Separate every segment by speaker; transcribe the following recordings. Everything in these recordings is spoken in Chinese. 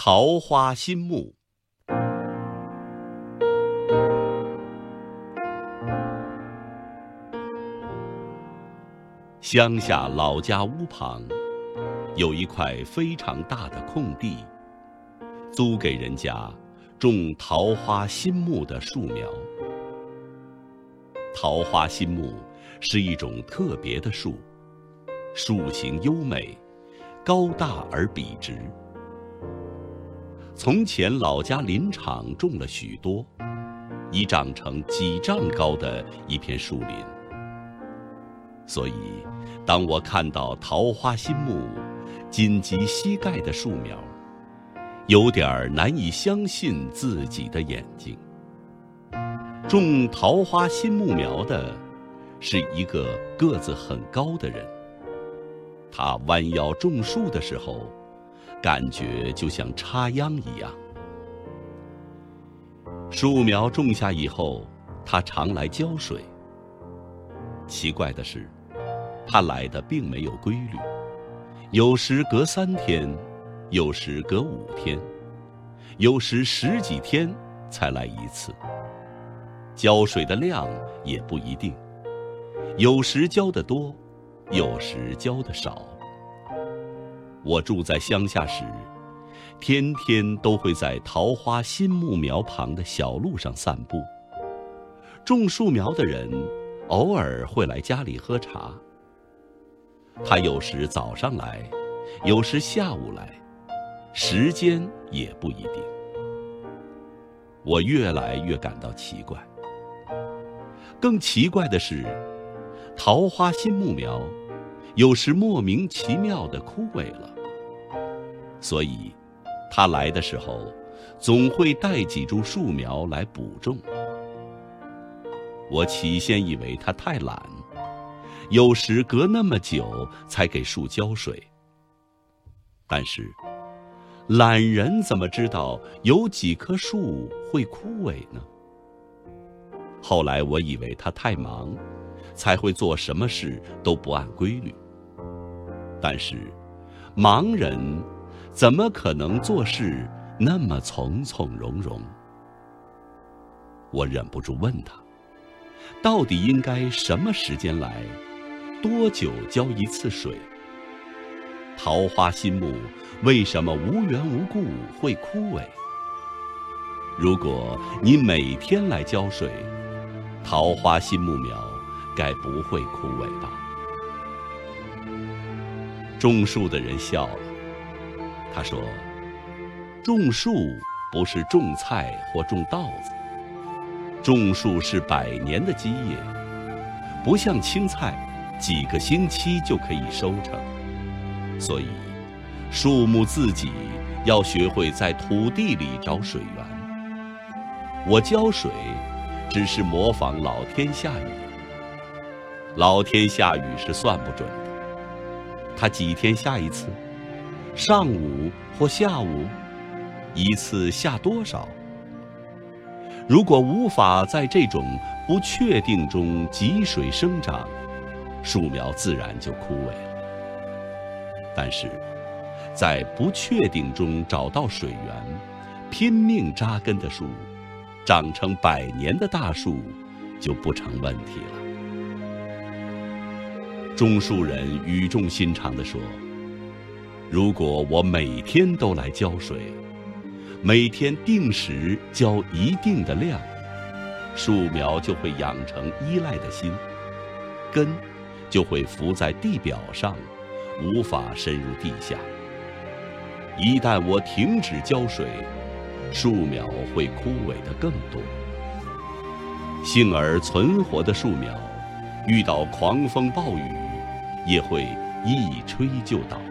Speaker 1: 桃花心木。乡下老家屋旁，有一块非常大的空地，租给人家种桃花心木的树苗。桃花心木是一种特别的树，树形优美，高大而笔直。从前老家林场种了许多，已长成几丈高的一片树林。所以当我看到桃花心木仅及膝盖的树苗，有点难以相信自己的眼睛。种桃花心木苗的是一个个子很高的人，他弯腰种树的时候，感觉就像插秧一样。树苗种下以后，他常来浇水。奇怪的是，他来的并没有规律，有时隔3天，有时隔5天，有时10几天才来一次。浇水的量也不一定，有时浇得多，有时浇得少。我住在乡下时，天天都会在桃花心木苗旁的小路上散步。种树苗的人偶尔会来家里喝茶，他有时早上来，有时下午来，时间也不一定。我越来越感到奇怪。更奇怪的是，桃花心木苗有时莫名其妙地枯萎了，所以他来的时候总会带几株树苗来补种。我起先以为他太懒，有时隔那么久才给树浇水。但是懒人怎么知道有几棵树会枯萎呢？后来我以为他太忙，才会做什么事都不按规律。但是盲人怎么可能做事那么从从容容？我忍不住问他，到底应该什么时间来，多久浇一次水？桃花心木为什么无缘无故会枯萎？如果你每天来浇水，桃花心木苗该不会枯萎吧？种树的人笑了，他说，种树不是种菜或种稻子，种树是100年的基业，不像青菜几个星期就可以收成。所以树木自己要学会在土地里找水源。我浇水只是模仿老天下雨，老天下雨是算不准的，它几天下一次，上午或下午，一次下多少？如果无法在这种不确定中积水生长，树苗自然就枯萎了。但是在不确定中找到水源，拼命扎根的树，长成100年的大树就不成问题了。种树人语重心长地说，如果我每天都来浇水，每天定时浇一定的量，树苗就会养成依赖的心，根就会浮在地表上，无法深入地下。一旦我停止浇水，树苗会枯萎得更多。幸而存活的树苗，遇到狂风暴雨，也会一吹就倒。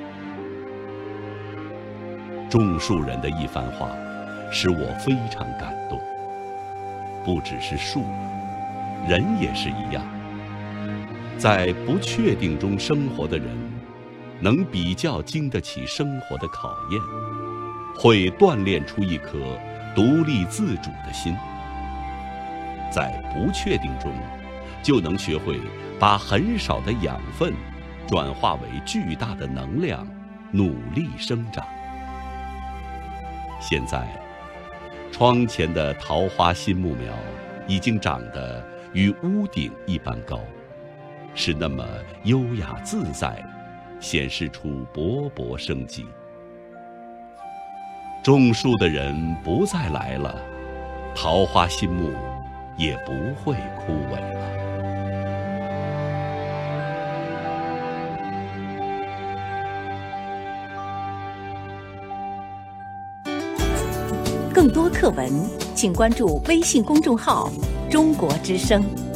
Speaker 1: 种树人的一番话，使我非常感动。不只是树，人也是一样。在不确定中生活的人，能比较经得起生活的考验，会锻炼出一颗独立自主的心。在不确定中，就能学会把很少的养分转化为巨大的能量，努力生长。 现在，窗前的桃花心木苗已经长得与屋顶一般高，是那么优雅自在，显示出勃勃生机。种树的人不再来了，桃花心木也不会枯萎了。
Speaker 2: 更多课文，请关注微信公众号“中国之声”。